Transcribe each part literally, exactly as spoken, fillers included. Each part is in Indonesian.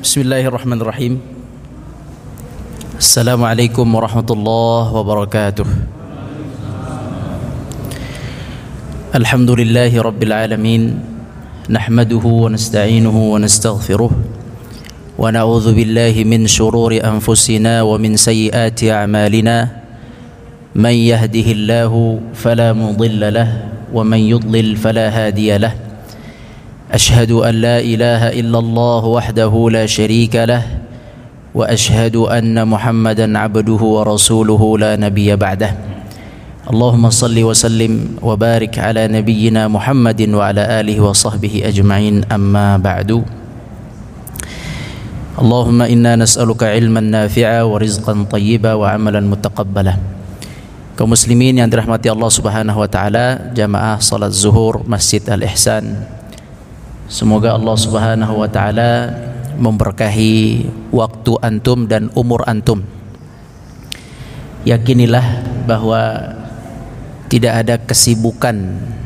Bismillahirrahmanirrahim. Assalamualaikum warahmatullahi wabarakatuh. Alhamdulillahi rabbil alamin. Nahmaduhu wa nasta'inuhu wa nastaghfiruh. Wa na'udzu billahi min shururi anfusina wa min sayyiati a'malina. Man yahdihillahu fala mudilla lahu wa man yudlil fala hadiya lahu. أشهد أن لا إله إلا الله وحده لا شريك له وأشهد أن محمدا عبده ورسوله لا نبي بعده اللهم صل وسلم وبارك على نبينا محمد وعلى آله وصحبه أجمعين أما بعد اللهم إنا نسألك علما نافعا ورزقا طيبا وعملا متقبلا. Kaum muslimin yang dirahmati Allah Subhanahu wa taala, jamaah salat zuhur Masjid Al-Ihsan, semoga Allah Subhanahu wa taala memberkahi waktu antum dan umur antum. Yakinilah bahwa tidak ada kesibukan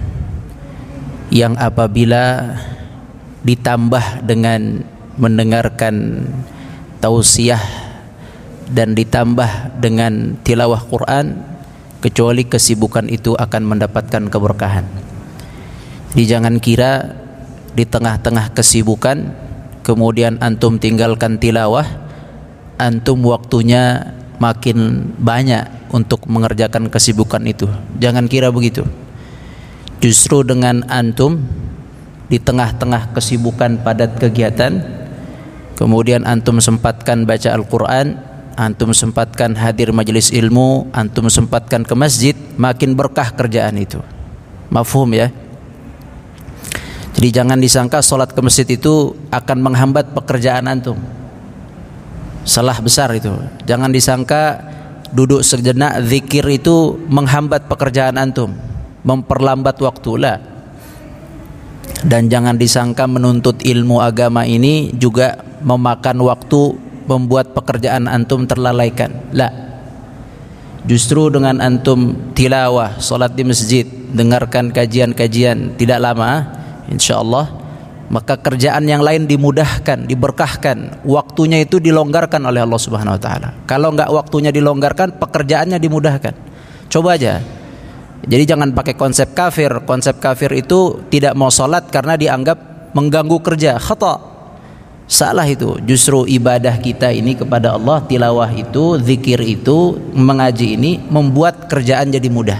yang apabila ditambah dengan mendengarkan tausiah dan ditambah dengan tilawah Quran, kecuali kesibukan itu akan mendapatkan keberkahan. Jadi jangan kira di tengah-tengah kesibukan kemudian antum tinggalkan tilawah, antum waktunya makin banyak untuk mengerjakan kesibukan itu. Jangan kira begitu. Justru dengan antum di tengah-tengah kesibukan padat kegiatan, kemudian antum sempatkan baca Al-Quran, antum sempatkan hadir majelis ilmu, antum sempatkan ke masjid, makin berkah kerjaan itu. Mafhum ya? Jadi jangan disangka sholat ke masjid itu akan menghambat pekerjaan antum. Salah besar itu. Jangan disangka duduk sejenak zikir itu menghambat pekerjaan antum, memperlambat waktu lah. Dan jangan disangka menuntut ilmu agama ini juga memakan waktu, membuat pekerjaan antum terlalaikan. La. Justru dengan antum tilawah, sholat di masjid, dengarkan kajian-kajian tidak lama, insyaallah maka kerjaan yang lain dimudahkan, diberkahkan, waktunya itu dilonggarkan oleh Allah Subhanahu wa taala. Kalau enggak waktunya dilonggarkan, pekerjaannya dimudahkan. Coba aja. Jadi jangan pakai konsep kafir. Konsep kafir itu tidak mau salat karena dianggap mengganggu kerja. Khata. Salah itu. Justru ibadah kita ini kepada Allah, tilawah itu, zikir itu, mengaji ini membuat kerjaan jadi mudah.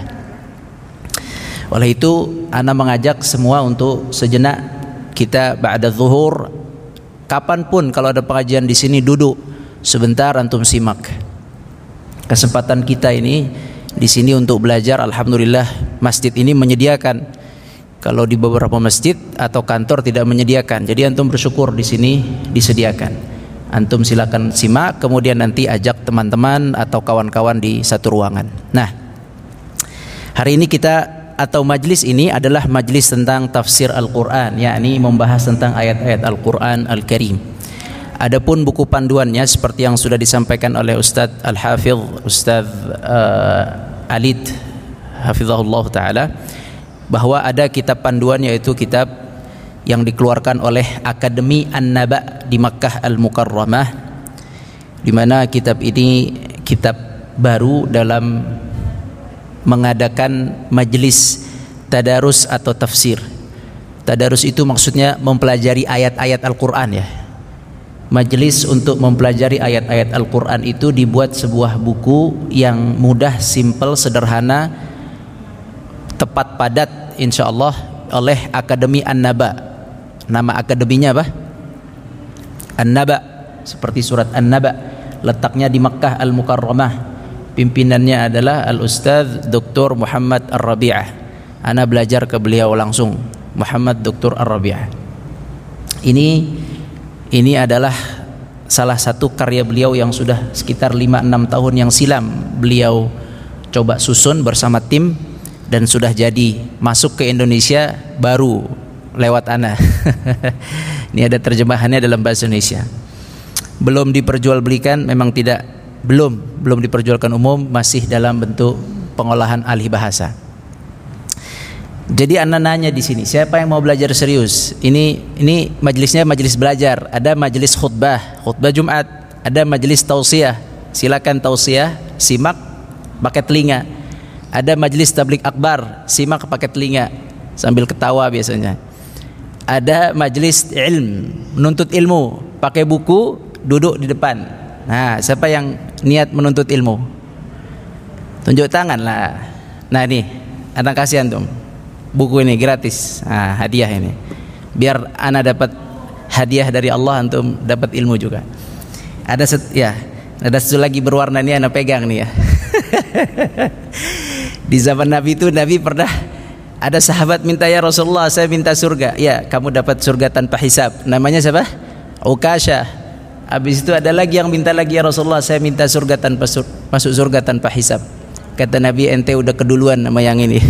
Oleh itu, ana mengajak semua untuk sejenak kita ba'da zuhur, kapanpun kalau ada pengajian di sini duduk sebentar antum simak. Kesempatan kita ini di sini untuk belajar, alhamdulillah masjid ini menyediakan. Kalau di beberapa masjid atau kantor tidak menyediakan. Jadi antum bersyukur di sini disediakan. Antum silakan simak, kemudian nanti ajak teman-teman atau kawan-kawan di satu ruangan. Nah, hari ini kita atau majlis ini adalah majlis tentang tafsir Al-Quran, yakni membahas tentang ayat-ayat Al-Quran Al-Karim. Adapun buku panduannya seperti yang sudah disampaikan oleh Ustadz Al-Hafidh Ustadz uh, Alid Hafizahullah Ta'ala, bahwa ada kitab panduan, yaitu kitab yang dikeluarkan oleh Akademi An-Naba di Makkah Al-Mukarramah, di mana kitab ini kitab baru dalam mengadakan majelis tadarus atau tafsir. Tadarus itu maksudnya mempelajari ayat-ayat Al-Quran ya. Majelis untuk mempelajari ayat-ayat Al-Quran itu dibuat sebuah buku yang mudah, simpel, sederhana, tepat padat insyaallah oleh Akademi An-Naba. Nama akademinya apa? An-Naba, seperti surat An-Naba. Letaknya di Makkah Al-Mukarramah. Pimpinannya adalah Al-Ustadz Doktor Muhammad Ar-Rabi'ah. Ana belajar ke beliau langsung, Muhammad Doktor Ar-Rabi'ah. Ini ini adalah salah satu karya beliau yang sudah sekitar lima enam tahun yang silam beliau coba susun bersama tim, dan sudah jadi masuk ke Indonesia baru lewat ana. Ini ada terjemahannya dalam bahasa Indonesia. Belum diperjualbelikan, memang tidak belum belum diperjualkan umum, masih dalam bentuk pengolahan alih bahasa. Jadi anak nanya di sini, siapa yang mau belajar serius? Ini ini majelisnya majelis belajar. Ada majelis khutbah, khutbah Jumat. Ada majelis tausiah. Silakan tausiah, simak pakai telinga. Ada majelis tabligh akbar, simak pakai telinga sambil ketawa biasanya. Ada majelis ilm, menuntut ilmu, pakai buku, duduk di depan. Nah, siapa yang niat menuntut ilmu? Tunjuk tangan lah. Nah, ini anak kasih antum. Buku ini gratis, nah, hadiah ini. Biar ana dapat hadiah dari Allah, antum dapat ilmu juga. Ada set, ya, ada satu lagi berwarna ini ana pegang nih ya. Di zaman Nabi itu, Nabi pernah ada sahabat minta, ya Rasulullah saya minta surga. Ya, kamu dapat surga tanpa hisab. Namanya siapa? Ukasyah. Habis itu ada lagi yang minta lagi, ya Rasulullah saya minta surga tanpa sur masuk surga tanpa hisab. Kata Nabi, ente udah keduluan sama yang ini.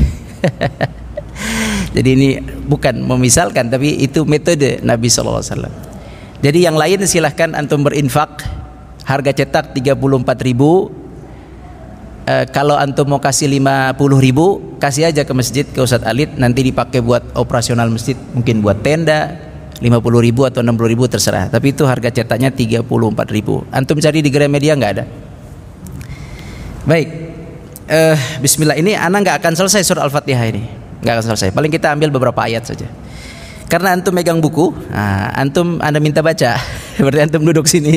Jadi ini bukan memisalkan, tapi itu metode Nabi shallallahu alaihi wasallam. Jadi yang lain silahkan antum berinfak. Harga cetak tiga puluh empat ribu. E, kalau antum mau kasih lima puluh ribu, kasih aja ke masjid, ke Ustadz Alit, nanti dipakai buat operasional masjid, mungkin buat tenda. Lima puluh ribu atau enam puluh ribu terserah. Tapi itu harga cetaknya tiga puluh empat ribu. Antum cari di Gramedia nggak ada. Baik, e, Bismillah. Ini anak nggak akan selesai surah Al-Fatihah ini. Nggak akan selesai. Paling kita ambil beberapa ayat saja. Karena antum megang buku, nah, antum anda minta baca. Berarti antum duduk sini.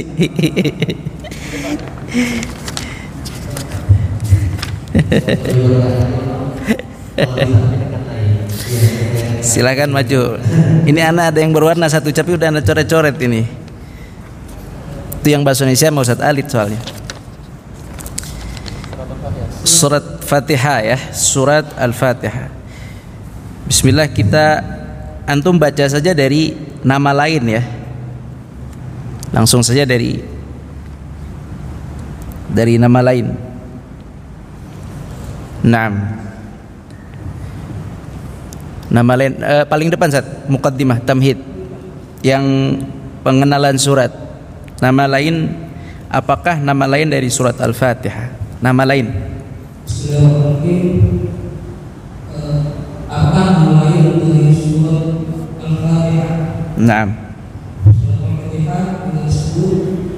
Silakan maju. Ini anak ada yang berwarna satu, tapi udah ada coret-coret ini. Itu yang bahasa Indonesia mau Ustadz Alit soalnya. Surat Fatihah ya, surat Al-Fatihah. Bismillah, kita antum baca saja dari nama lain ya. Langsung saja dari dari nama lain. Naam. Nama lain eh, paling depan Ustaz, muqaddimah tamhid. Yang pengenalan surat. Nama lain, apakah nama lain dari surat Al-Fatihah? Nama lain. Bismillahirrahmanirrahim. Apa nama lain dari surat Al-Fatihah? Naam. Surat Al-Fatihah disebut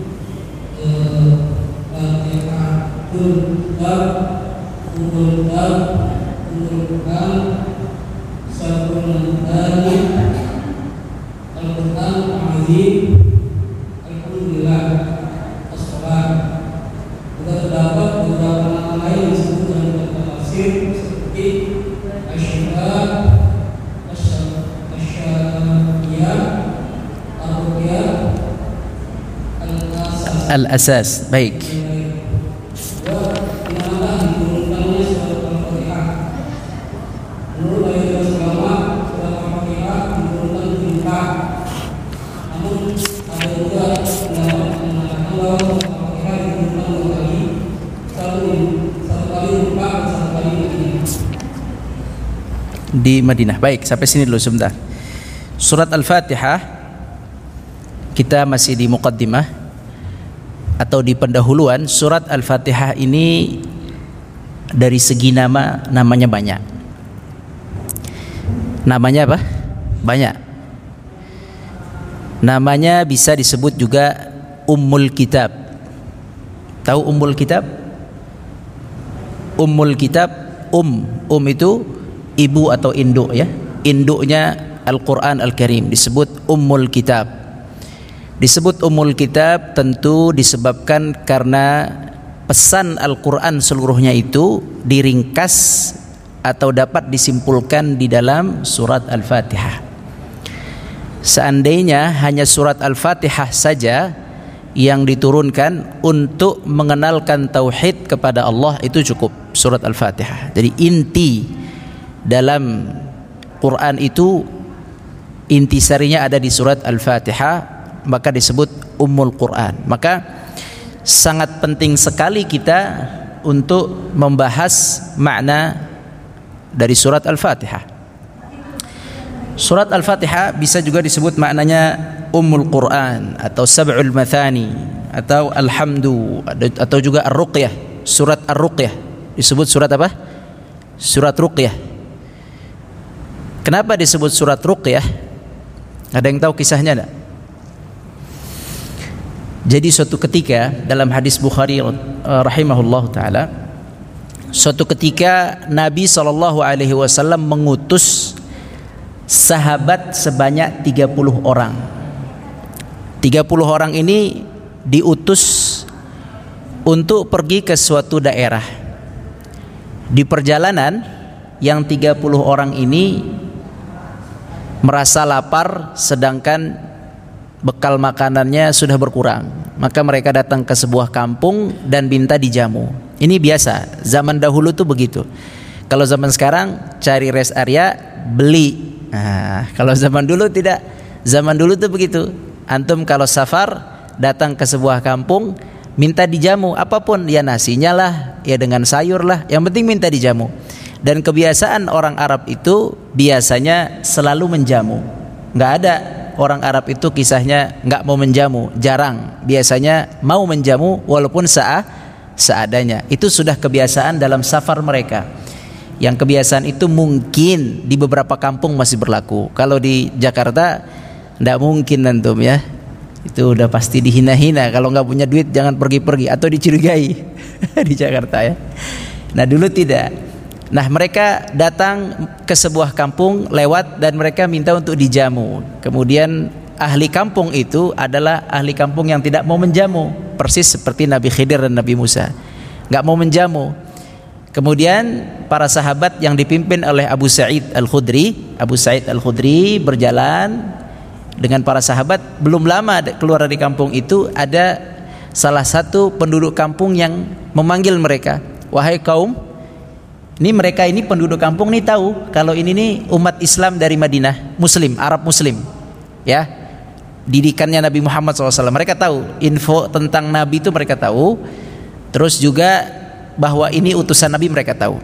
Fatihatul Kitab, Ummul Kitab, Ummul Quran, Sabrul Dari, Al-Quran Al-Azim, Alhamdulillah, As-Salat. Juga terdapat beberapa nama lain disebut dalam tafsir seperti Asy-Syifa, Asy-Syafiyah, Ar-Ruqyah, Al-Asas. Al-Asas. Baik. Di Madinah. Baik, sampai sini dulu sebentar. Surat Al-Fatihah, kita masih di muqaddimah atau di pendahuluan. Surat Al-Fatihah ini dari segi nama, namanya banyak. Namanya apa? Banyak. Namanya bisa disebut juga Ummul Kitab. Tahu Ummul Kitab? Ummul Kitab, um, um itu ibu atau induk ya. Induknya Al-Quran Al-Karim disebut Ummul Kitab. Disebut Ummul Kitab tentu disebabkan karena pesan Al-Quran seluruhnya itu diringkas atau dapat disimpulkan di dalam surat Al-Fatihah. Seandainya hanya surat Al-Fatihah saja yang diturunkan untuk mengenalkan tauhid kepada Allah, itu cukup surat Al-Fatihah. Jadi inti dalam Quran itu, intisarinya ada di surat Al-Fatihah, maka disebut Ummul Quran. Maka sangat penting sekali kita untuk membahas makna dari surat Al-Fatihah. Surat Al-Fatihah bisa juga disebut maknanya Ummul Quran atau Sab'ul Mathani atau Alhamdu atau juga Ar-Ruqyah. Surat Ar-Ruqyah disebut surat apa? Surat Ruqyah. Kenapa disebut surat Ruqyah? Ada yang tahu kisahnya enggak? Jadi suatu ketika dalam hadis Bukhari rahimahullahu taala, suatu ketika Nabi sallallahu alaihi wasallam mengutus sahabat sebanyak tiga puluh orang. tiga puluh orang ini diutus untuk pergi ke suatu daerah. Di perjalanan yang tiga puluh orang ini merasa lapar sedangkan bekal makanannya sudah berkurang. Maka mereka datang ke sebuah kampung dan minta dijamu. Ini biasa, zaman dahulu tuh begitu. Kalau zaman sekarang cari rest area, beli. Nah, kalau zaman dulu tidak. Zaman dulu tuh begitu. Antum kalau safar datang ke sebuah kampung, minta dijamu apapun, ya nasinya lah, ya dengan sayur lah, yang penting minta dijamu. Dan kebiasaan orang Arab itu biasanya selalu menjamu. Nggak ada orang Arab itu kisahnya nggak mau menjamu, jarang. Biasanya mau menjamu walaupun saa seadanya. Itu sudah kebiasaan dalam safar mereka. Yang kebiasaan itu mungkin di beberapa kampung masih berlaku. Kalau di Jakarta nggak mungkin antum ya. Itu udah pasti dihina-hina. Kalau nggak punya duit jangan pergi-pergi atau dicurigai di Jakarta ya. Nah dulu tidak. Nah mereka datang ke sebuah kampung lewat dan mereka minta untuk dijamu. Kemudian ahli kampung itu adalah ahli kampung yang tidak mau menjamu, persis seperti Nabi Khidir dan Nabi Musa, nggak mau menjamu. Kemudian para sahabat yang dipimpin oleh Abu Sa'id Al-Khudri, Abu Sa'id Al-Khudri berjalan dengan para sahabat. Belum lama keluar dari kampung itu ada salah satu penduduk kampung yang memanggil mereka, wahai kaum. Ini mereka ini penduduk kampung nih tahu kalau ini nih umat Islam dari Madinah, Muslim, Arab Muslim, ya. Didikannya Nabi Muhammad shallallahu alaihi wasallam. Mereka tahu info tentang Nabi itu mereka tahu. Terus juga bahwa ini utusan Nabi mereka tahu.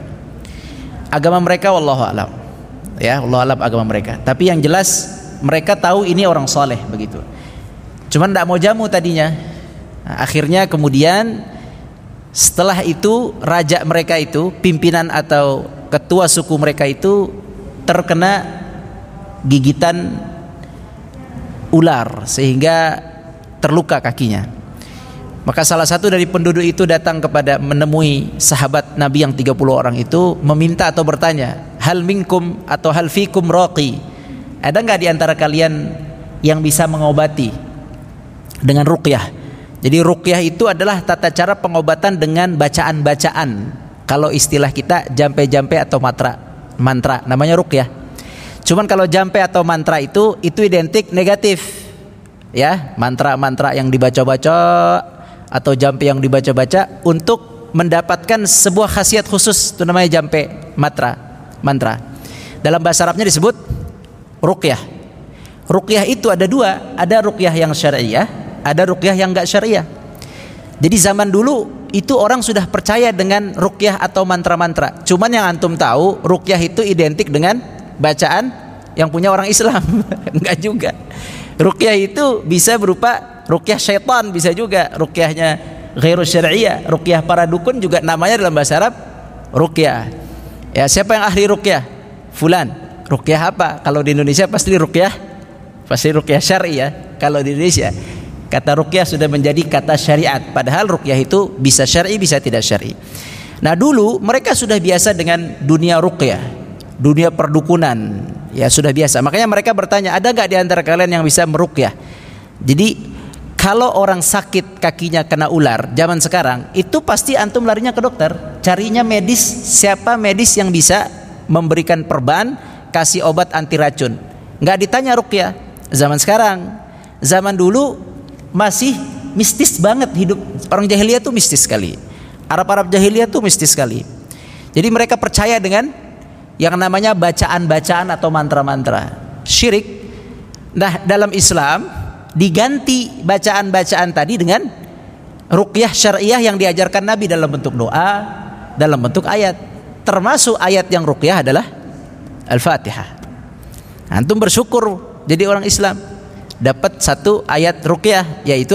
Agama mereka wallahu alam, ya, wallahu alam agama mereka. Tapi yang jelas mereka tahu ini orang soleh begitu. Cuman tidak mau jamu tadinya. Nah, akhirnya kemudian setelah itu raja mereka itu, pimpinan atau ketua suku mereka itu terkena gigitan ular sehingga terluka kakinya. Maka salah satu dari penduduk itu datang kepada menemui sahabat Nabi yang tiga puluh orang itu, meminta atau bertanya, hal minkum atau hal fikum raqi, ada enggak di antara kalian yang bisa mengobati dengan ruqyah? Jadi ruqyah itu adalah tata cara pengobatan dengan bacaan-bacaan. Kalau istilah kita jampe-jampe atau mantra, mantra namanya ruqyah. Cuman kalau jampe atau mantra itu itu identik negatif. Ya, mantra-mantra yang dibaca-baca atau jampe yang dibaca-baca untuk mendapatkan sebuah khasiat khusus, itu namanya jampe, mantra, mantra. Dalam bahasa Arabnya disebut ruqyah. Ruqyah itu ada dua, ada ruqyah yang syariah, ada ruqyah yang enggak syariah. Jadi zaman dulu itu orang sudah percaya dengan ruqyah atau mantra-mantra. Cuman yang antum tahu, ruqyah itu identik dengan bacaan yang punya orang Islam. Enggak juga. Ruqyah itu bisa berupa ruqyah syaitan, bisa juga ruqyahnya ghairu syariah. Ruqyah para dukun juga namanya dalam bahasa Arab ruqyah. Ya, siapa yang ahli ruqyah? Fulan. Ruqyah apa? Kalau di Indonesia pasti ruqyah pasti ruqyah syariah. Kalau di Indonesia kata ruqyah sudah menjadi kata syariat, padahal ruqyah itu bisa syar'i bisa tidak syar'i. Nah dulu mereka sudah biasa dengan dunia ruqyah, dunia perdukunan, ya sudah biasa. Makanya mereka bertanya, ada gak di antara kalian yang bisa meruqyah? Jadi kalau orang sakit kakinya kena ular zaman sekarang, itu pasti antum larinya ke dokter, carinya medis, siapa medis yang bisa memberikan perban, kasih obat anti racun. Gak ditanya ruqyah. Zaman sekarang, zaman dulu masih mistis banget hidup. Orang jahiliyah tuh mistis sekali. Arab-Arab jahiliyah tuh mistis sekali. Jadi mereka percaya dengan yang namanya bacaan-bacaan atau mantra-mantra. Syirik. Nah, dalam Islam diganti bacaan-bacaan tadi dengan ruqyah syariah yang diajarkan Nabi dalam bentuk doa, dalam bentuk ayat. Termasuk ayat yang ruqyah adalah Al-Fatihah. Antum bersyukur jadi orang Islam, dapat satu ayat ruqyah yaitu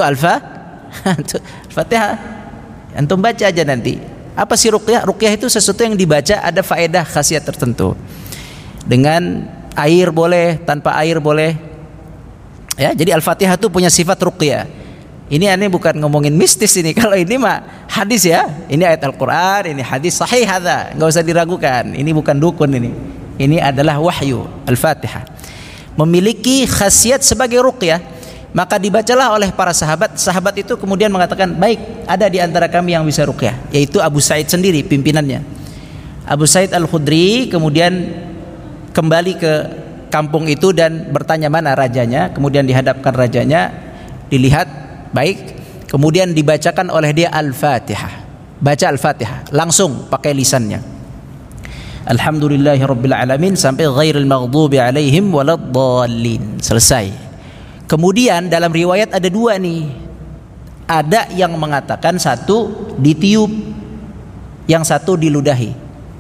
Al-Fatihah. Antum baca aja nanti. Apa sih ruqyah? Ruqyah itu sesuatu yang dibaca ada faedah khasiat tertentu. Dengan air boleh, tanpa air boleh. Ya, jadi Al-Fatihah itu punya sifat ruqyah. Ini aneh bukan ngomongin mistis ini. Kalau ini mah hadis ya. Ini ayat Al-Qur'an, ini hadis sahih hadza. Enggak usah diragukan. Ini bukan dukun ini. Ini adalah wahyu. Al-Fatihah memiliki khasiat sebagai ruqyah. Maka dibacalah oleh para sahabat. Sahabat itu kemudian mengatakan, baik, ada di antara kami yang bisa ruqyah, yaitu Abu Sa'id sendiri, pimpinannya. Abu Sa'id Al-Khudri kemudian kembali ke kampung itu dan bertanya mana rajanya. Kemudian dihadapkan rajanya, dilihat, baik, kemudian dibacakan oleh dia Al-Fatihah. Baca Al-Fatihah langsung pakai lisannya, Alhamdulillahirabbil alamin sampai ghairil maghdubi alaihim waladdallin, selesai. Kemudian dalam riwayat ada dua nih. Ada yang mengatakan satu ditiup, yang satu diludahi.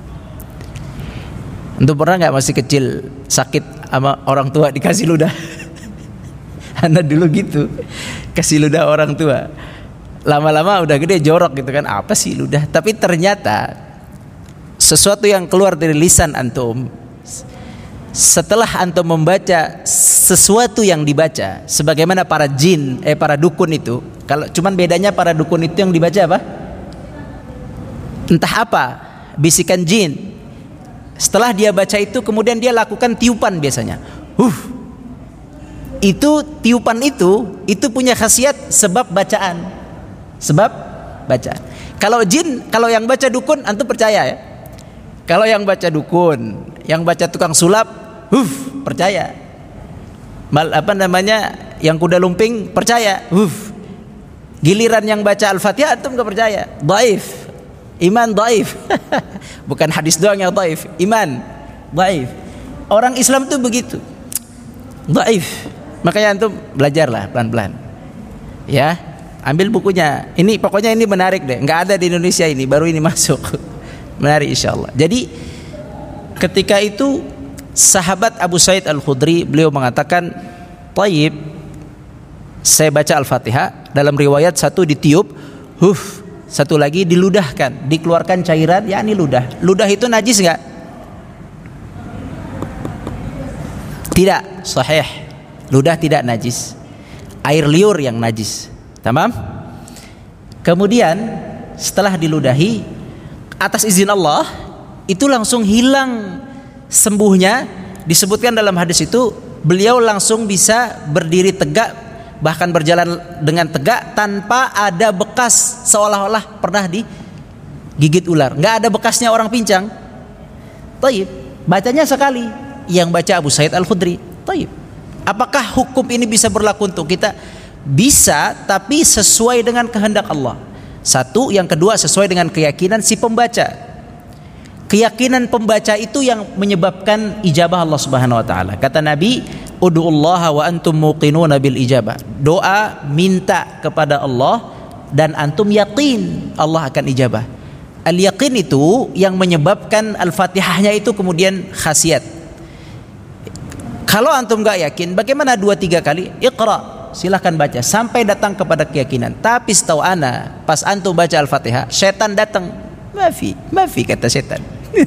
Untuk pernah nggak masih kecil sakit sama orang tua dikasih ludah? Anak dulu gitu, kasih ludah orang tua. Lama-lama udah gede jorok gitu kan, apa sih ludah? Tapi ternyata sesuatu yang keluar dari lisan antum setelah antum membaca sesuatu yang dibaca, sebagaimana para jin, eh para dukun itu. Kalau cuman bedanya para dukun itu yang dibaca apa? Entah apa, bisikan jin. Setelah dia baca itu kemudian dia lakukan tiupan biasanya. Huh. Itu tiupan itu itu punya khasiat sebab bacaan. Sebab bacaan. Kalau jin, kalau yang baca dukun antum percaya ya? Kalau yang baca dukun, yang baca tukang sulap, huh, percaya. Mal apa namanya? Yang kuda lumping percaya. Huh. Giliran yang baca Al-Fatihah antum enggak percaya. Dhaif. Iman dhaif. Bukan hadis doang yang dhaif, iman dhaif. Orang Islam tuh begitu. Dhaif. Makanya antum belajarlah pelan-pelan. Ya, ambil bukunya. Ini pokoknya ini menarik deh. Enggak ada di Indonesia ini, baru ini masuk. Menarik insyaallah. Jadi ketika itu sahabat Abu Sa'id Al-Khudri beliau mengatakan, "Thayyib, saya baca Al-Fatihah, dalam riwayat satu ditiup, huf, satu lagi diludahkan, dikeluarkan cairan, yakni ludah. Ludah itu najis enggak? Tidak, sahih. Ludah tidak najis. Air liur yang najis. Tamam? Kemudian setelah diludahi atas izin Allah itu langsung hilang sembuhnya. Disebutkan dalam hadis itu beliau langsung bisa berdiri tegak, bahkan berjalan dengan tegak tanpa ada bekas seolah-olah pernah digigit ular. Enggak ada bekasnya orang pincang. Thayyib. Bacanya sekali. Yang baca Abu Sa'id Al-Khudri. Thayyib. Apakah hukum ini bisa berlaku untuk kita? Bisa, tapi sesuai dengan kehendak Allah. Satu, yang kedua sesuai dengan keyakinan si pembaca. Keyakinan pembaca itu yang menyebabkan ijabah Allah Subhanahu wa taala. Kata Nabi, "Ud'ullaha wa antum muqinuna bil ijabah." Doa minta kepada Allah dan antum yakin Allah akan ijabah. Al-yaqin itu yang menyebabkan Al-Fatihahnya itu kemudian khasiat. Kalau antum gak yakin, bagaimana dua tiga kali? Iqra, silahkan baca sampai datang kepada keyakinan. Tapi setahu ana, pas antum baca Al-Fatihah, setan datang. Mafi, mafi kata setan.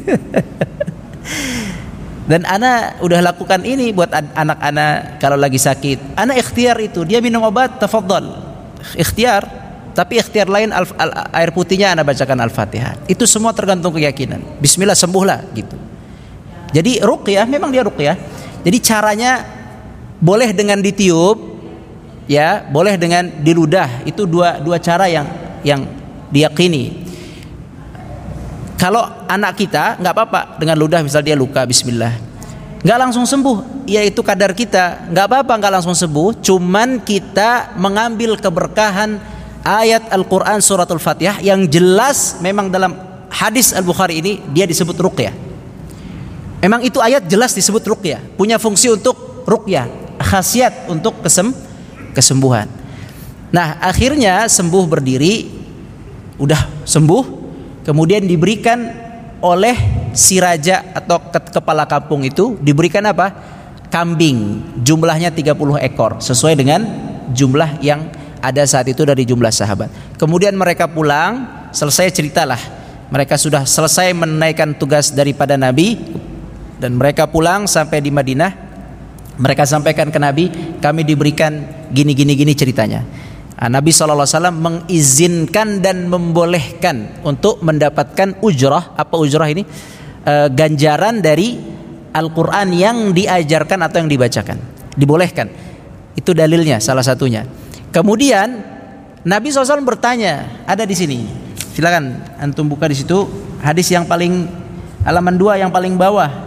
Dan ana udah lakukan ini buat anak ana kalau lagi sakit. Ana ikhtiar itu, dia minum obat, tafadhal. Ikhtiar, tapi ikhtiar lain al, al, air putihnya ana bacakan Al-Fatihah. Itu semua tergantung keyakinan. Bismillah, sembuhlah gitu. Jadi ruqyah memang dia ruqyah. Jadi caranya boleh dengan ditiup, ya, boleh dengan diludah. Itu dua dua cara yang yang diyakini. Kalau anak kita nggak apa-apa dengan ludah, misal dia luka, Bismillah, nggak langsung sembuh, yaitu kadar kita, nggak apa-apa nggak langsung sembuh. Cuman kita mengambil keberkahan ayat Al-Quran surat Al-Fatihah yang jelas memang dalam hadis Al-Bukhari ini dia disebut ruqyah. Memang itu ayat jelas disebut ruqyah, punya fungsi untuk ruqyah, khasiat untuk kesem kesembuhan. Nah, akhirnya sembuh berdiri, udah sembuh, kemudian diberikan oleh si raja atau kepala kampung itu, diberikan apa? Kambing, jumlahnya tiga puluh ekor, sesuai dengan jumlah yang ada saat itu dari jumlah sahabat. Kemudian mereka pulang, selesai ceritalah. Mereka sudah selesai menunaikan tugas daripada Nabi. Dan mereka pulang sampai di Madinah, mereka sampaikan ke Nabi, kami diberikan gini gini gini ceritanya. Nah, Nabi shallallahu alaihi wasallam mengizinkan dan membolehkan untuk mendapatkan ujrah. Apa ujrah ini? E, ganjaran dari Al-Quran yang diajarkan atau yang dibacakan. Dibolehkan. Itu dalilnya salah satunya. Kemudian Nabi shallallahu alaihi wasallam bertanya, ada di sini. Silakan antum buka di situ hadis yang paling halaman dua yang paling bawah.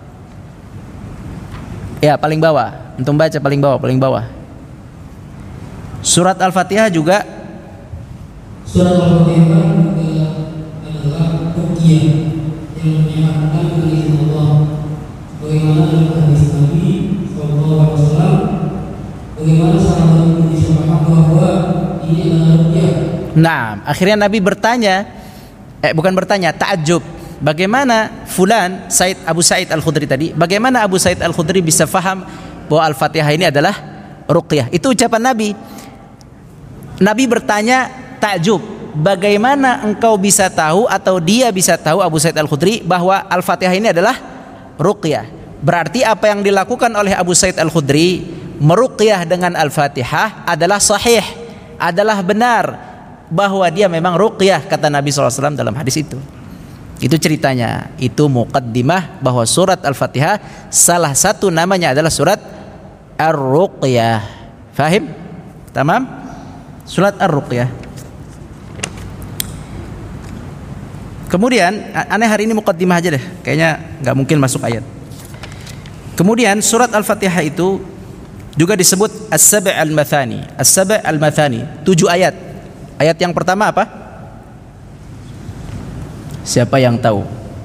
Ya, paling bawah. Antum baca paling bawah, paling bawah. Surat Al-Fatihah juga. Surat Al-Fatihah juga adalah ruqyah yang menyehatkan dari Allah. Bagaimana dalam hadis Nabi Sallallahu Alaihi Wasallam, bagaimana sahabat Indonesia paham bahwa ini adalah ruqyah. Nah, akhirnya Nabi bertanya, eh bukan bertanya, ta'ajub. Bagaimana fulan Said Abu Said Al-Khudri tadi, bagaimana Abu Said Al-Khudri bisa faham bahwa Al-Fatihah ini adalah ruqyah? Itu ucapan Nabi. Nabi bertanya takjub, bagaimana engkau bisa tahu atau dia bisa tahu Abu Said Al-Khudri bahwa Al-Fatihah ini adalah ruqyah? Berarti apa yang dilakukan oleh Abu Said Al-Khudri meruqyah dengan Al-Fatihah adalah sahih, adalah benar, bahwa dia memang ruqyah, kata Nabi shallallahu alaihi wasallam dalam hadis itu. Itu ceritanya. Itu muqaddimah bahwa surat Al-Fatihah salah satu namanya adalah surat Ar-Ruqyah. Fahim? Tamam? Surat Ar-Ruqyah. Kemudian aneh hari ini muqaddimah aja deh, kayaknya nggak mungkin masuk ayat. Kemudian surat Al-Fatihah itu juga disebut As-Sab' Al-Mathani. As-Sab' Al-Mathani, tujuh ayat. Ayat yang pertama apa? Siapa yang tahu?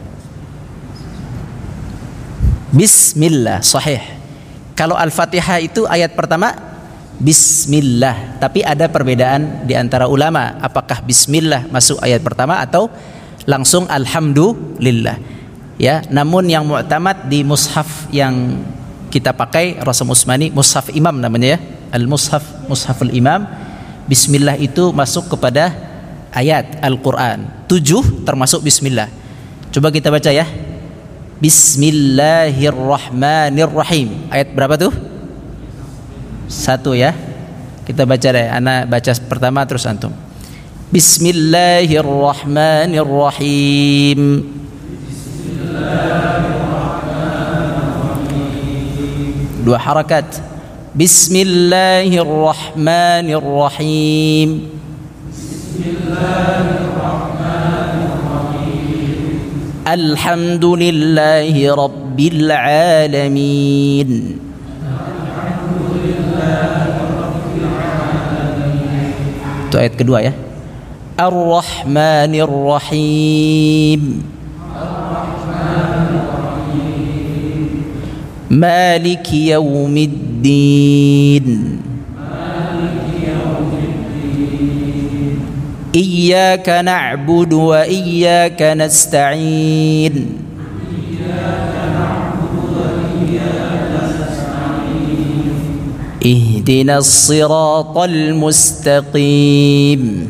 Bismillah, sahih. Kalau Al-Fatihah itu ayat pertama Bismillah, tapi ada perbedaan di antara ulama, apakah Bismillah masuk ayat pertama atau langsung Alhamdulillah. Ya, namun yang mu'tamad di mushaf yang kita pakai Rasul Utsmani, mushaf Imam namanya ya, Al-Mushaf, Mushaful Imam, Bismillah itu masuk kepada ayat Al-Quran tujuh termasuk Bismillah. Coba kita baca ya. Bismillahirrahmanirrahim. Ayat berapa tuh? Satu ya. Kita baca deh. Ana baca pertama terus antum. Bismillahirrahmanirrahim. Bismillahirrahmanirrahim. Dua harakat. Bismillahirrahmanirrahim. Alhamdulillahi Rabbil Alamin. Itu ayat kedua ya. Ar-Rahmanir Rahim. Maliki Yaumiddin. Iyyaka na'budu wa iyyaka nasta'in. Ihdinas siratal mustaqim.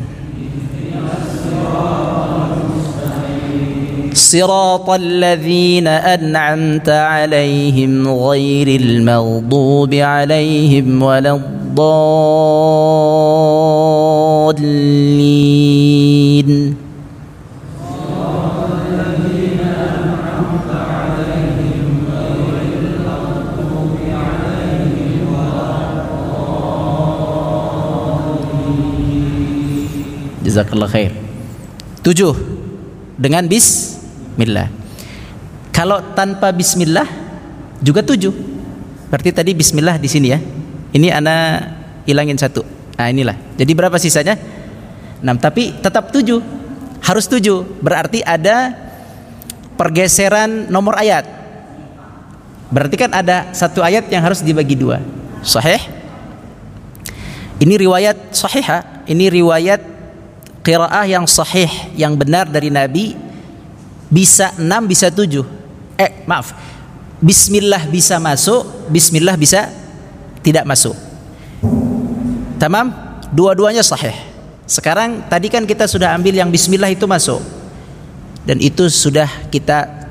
Siratal ladzina an'amta 'alaihim ghairil maghdubi 'alaihim waladdallin. Jazakallah khair. Tujuh dengan bismillah. Kalau tanpa bismillah juga tujuh. Berarti tadi bismillah di sini ya. Ini ana hilangin satu. Nah inilah. Jadi berapa sisanya? Enam. Tapi tetap tujuh. Harus tujuh. Berarti ada pergeseran nomor ayat. Berarti kan ada satu ayat yang harus dibagi dua. Sahih? Ini riwayat sahihah. Ini riwayat qiraah yang sahih, yang benar dari Nabi. Bisa enam, bisa tujuh. Eh maaf, bismillah bisa masuk, bismillah bisa tidak masuk. Tamam? Dua-duanya sahih. Sekarang tadi kan kita sudah ambil yang bismillah itu masuk, dan itu sudah kita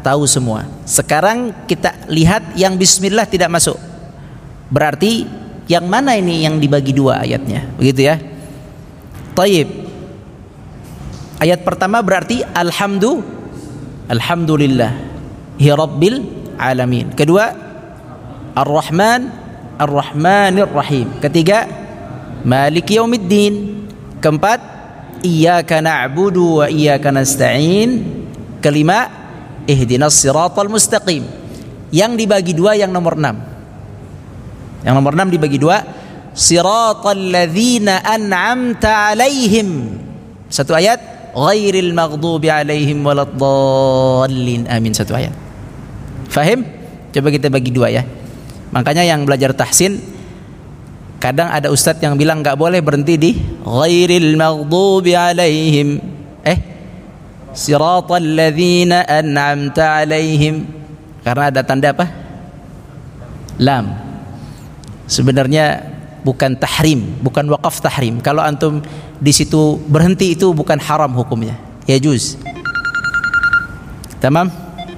tahu semua. Sekarang kita lihat yang bismillah tidak masuk. Berarti yang mana ini yang dibagi dua ayatnya? Begitu ya. Taib. Ayat pertama berarti alhamdu alhamdulillah hi rabbil alamin. Kedua ar-rahman ar-rahmanir rahim. Ketiga maliki yaumiddin. Keempat iyyaka na'budu wa iyyaka nasta'in. Kelima ihdinas siratal mustaqim. Yang dibagi dua yang nomor enam. Yang nomor enam dibagi dua, siratal ladzina an'amta alaihim. Satu ayat, ghairil maghdubi alaihim waladdallin. Amin, satu ayat. Fahim? Coba kita bagi dua ya. Makanya yang belajar tahsin, kadang ada ustadz yang bilang enggak boleh berhenti di ghairil maghdubi alaihim. Eh, siratal ladzina an'amta alaihim. Karena ada tanda apa? Lam. Sebenarnya bukan tahrim, bukan waqaf tahrim. Kalau antum di situ berhenti itu bukan haram hukumnya, ya juz. Tamam.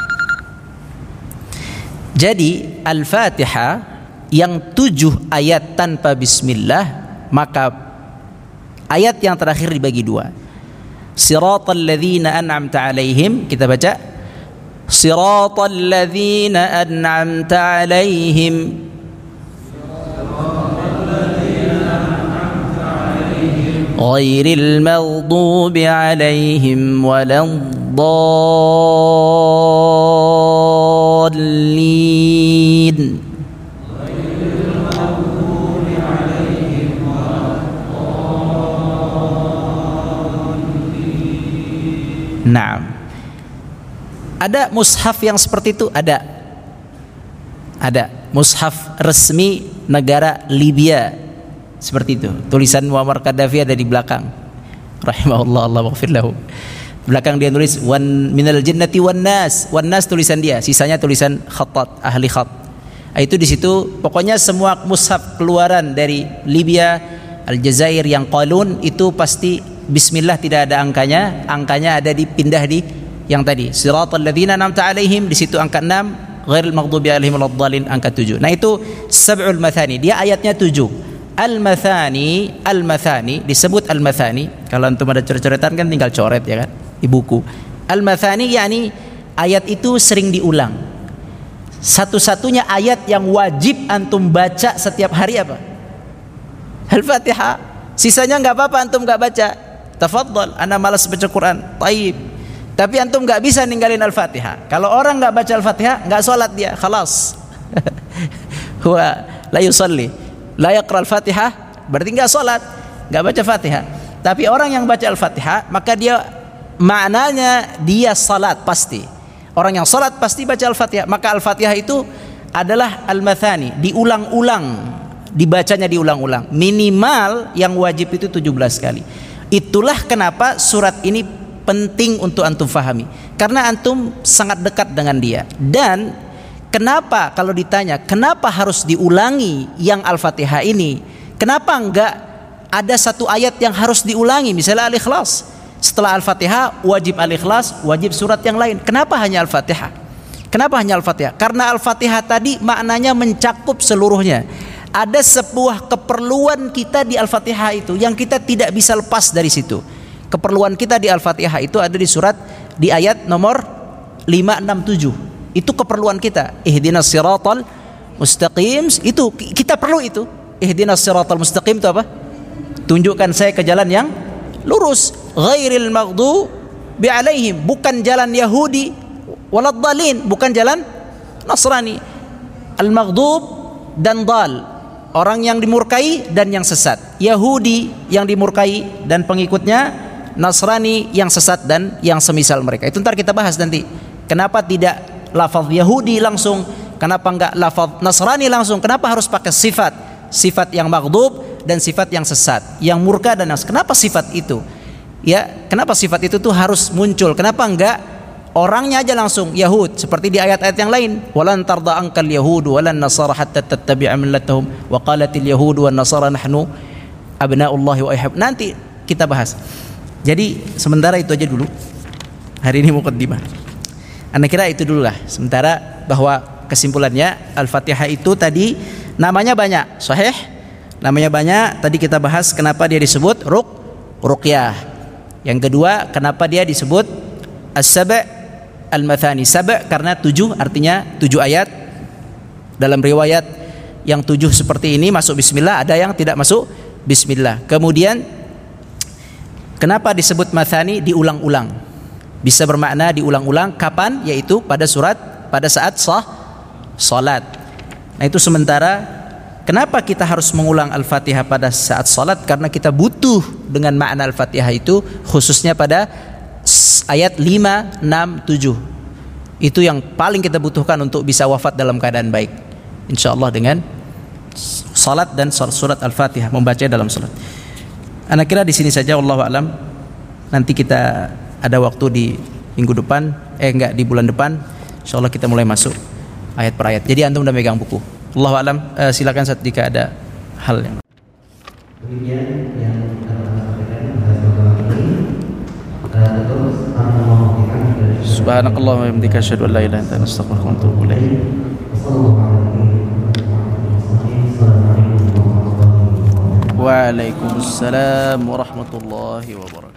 Jadi Al-Fatihah yang tujuh ayat tanpa bismillah, maka ayat yang terakhir dibagi dua. Siratal ladzina an'amta alaihim, kita baca siratal ladzina an'amta alaihim. Ghairil maghdubi alaihim waladdallin. Naam. Ada mushaf yang seperti itu? Ada. Ada mushaf resmi negara Libya. Seperti itu. Tulisan Muammar Gaddafi ada di belakang. Rahimahullah, Allah maghfir lahu. Belakang dia tulis wan minal jinnati wan nas. Wan nas tulisan dia, sisanya tulisan khattat, ahli khat. Itu di situ pokoknya semua mushaf keluaran dari Libya, Aljazair yang qalun itu pasti bismillah tidak ada angkanya, angkanya ada dipindah di yang tadi. Siratal ladzina an'amta alaihim, di situ angka enam, ghairil maghdubi alaihim waladdallin angka tujuh. Nah itu sab'ul mathani, dia ayatnya tujuh. Al-Mathani, Al-Mathani disebut Al-Mathani. Kalau antum ada coret-coretan kan tinggal coret ya kan di buku. Al-Mathani yakni ayat itu sering diulang. Satu-satunya ayat yang wajib antum baca setiap hari apa? Al-Fatihah. Sisanya enggak apa-apa antum enggak baca. Tafadhal, ana malas baca Quran. Taib. Tapi antum enggak bisa ninggalin Al-Fatihah. Kalau orang enggak baca Al-Fatihah, enggak salat dia, khalas. Huwa la yusalli. La yaqra al-Fatihah berarti enggak salat, enggak baca Fatihah. Tapi orang yang baca Al-Fatihah maka dia maknanya dia salat pasti. Orang yang salat pasti baca Al-Fatihah. Maka Al-Fatihah itu adalah Al-Mathani, diulang-ulang, dibacanya diulang-ulang. Minimal yang wajib itu tujuh belas kali. Itulah kenapa surat ini penting untuk antum fahami. Karena antum sangat dekat dengan dia. Dan kenapa kalau ditanya kenapa harus diulangi yang Al-Fatihah ini? Kenapa enggak ada satu ayat yang harus diulangi? Misalnya Al-Ikhlas. Setelah Al-Fatihah wajib Al-Ikhlas, wajib surat yang lain. Kenapa hanya Al-Fatihah? Kenapa hanya Al-Fatihah? Karena Al-Fatihah tadi maknanya mencakup seluruhnya. Ada sebuah keperluan kita di Al-Fatihah itu yang kita tidak bisa lepas dari situ. Keperluan kita di Al-Fatihah itu ada di surat di ayat nomor lima, enam, tujuh. Itu keperluan kita. Ihdinas siratal mustaqim, itu kita perlu itu. Ihdinas siratal mustaqim itu apa? Tunjukkan saya ke jalan yang lurus. Ghairil maghdubi alaihim, bukan jalan Yahudi, waladdallin, bukan jalan Nasrani. Al-maghdub dan dal, orang yang dimurkai dan yang sesat. Yahudi yang dimurkai dan pengikutnya, Nasrani yang sesat dan yang semisal mereka. Itu ntar kita bahas nanti. Kenapa tidak lafaz Yahudi langsung, kenapa enggak lafaz Nasrani langsung, kenapa harus pakai sifat sifat yang maghdub dan sifat yang sesat, yang murka dan nas. Kenapa sifat itu ya, kenapa sifat itu tuh harus muncul? Kenapa enggak orangnya aja langsung Yahud seperti di ayat-ayat yang lain? Walan tarda ankal yahudu walan nasara hatta tattabi'a millatahum wa qalatil yahudu wan nasara nahnu abna'ullahi wa ihab. Nanti kita bahas. Jadi sementara itu aja dulu. Hari ini muqaddimah. Anda kira itu dulu lah. Sementara bahwa kesimpulannya Al-Fatihah itu tadi namanya banyak, sahih. Namanya banyak. Tadi kita bahas kenapa dia disebut ruk ruqyah. Yang kedua, kenapa dia disebut as-sab' al-mathani. Sab' karena tujuh, artinya tujuh ayat. Dalam riwayat yang tujuh seperti ini masuk bismillah, ada yang tidak masuk bismillah. Kemudian kenapa disebut mathani? Diulang-ulang. Bisa bermakna diulang-ulang. Kapan? Yaitu pada surat, pada saat sah salat. Nah itu sementara. Kenapa kita harus mengulang Al-Fatihah pada saat salat? Karena kita butuh dengan makna Al-Fatihah itu, khususnya pada ayat lima, enam, tujuh. Itu yang paling kita butuhkan untuk bisa wafat dalam keadaan baik, insyaallah, dengan salat dan surat Al-Fatihah, membaca dalam salat. Ana kira di sini saja, wallahu alam. Nanti kita ada waktu di minggu depan, eh enggak, di bulan depan, insyaallah kita mulai masuk ayat per ayat. Jadi antum udah megang buku. Allahu alam. Uh, silakan saat jika ada hal yang. Demikian yang dapat sampaikan pada malam ini. Terus kami memohonkan Subhanakallah wa bihamdika asyhadu an la ilaha illa anta astaghfiruka wa atubu ilaik. Waalaikumsalam warahmatullahi wabarakatuh.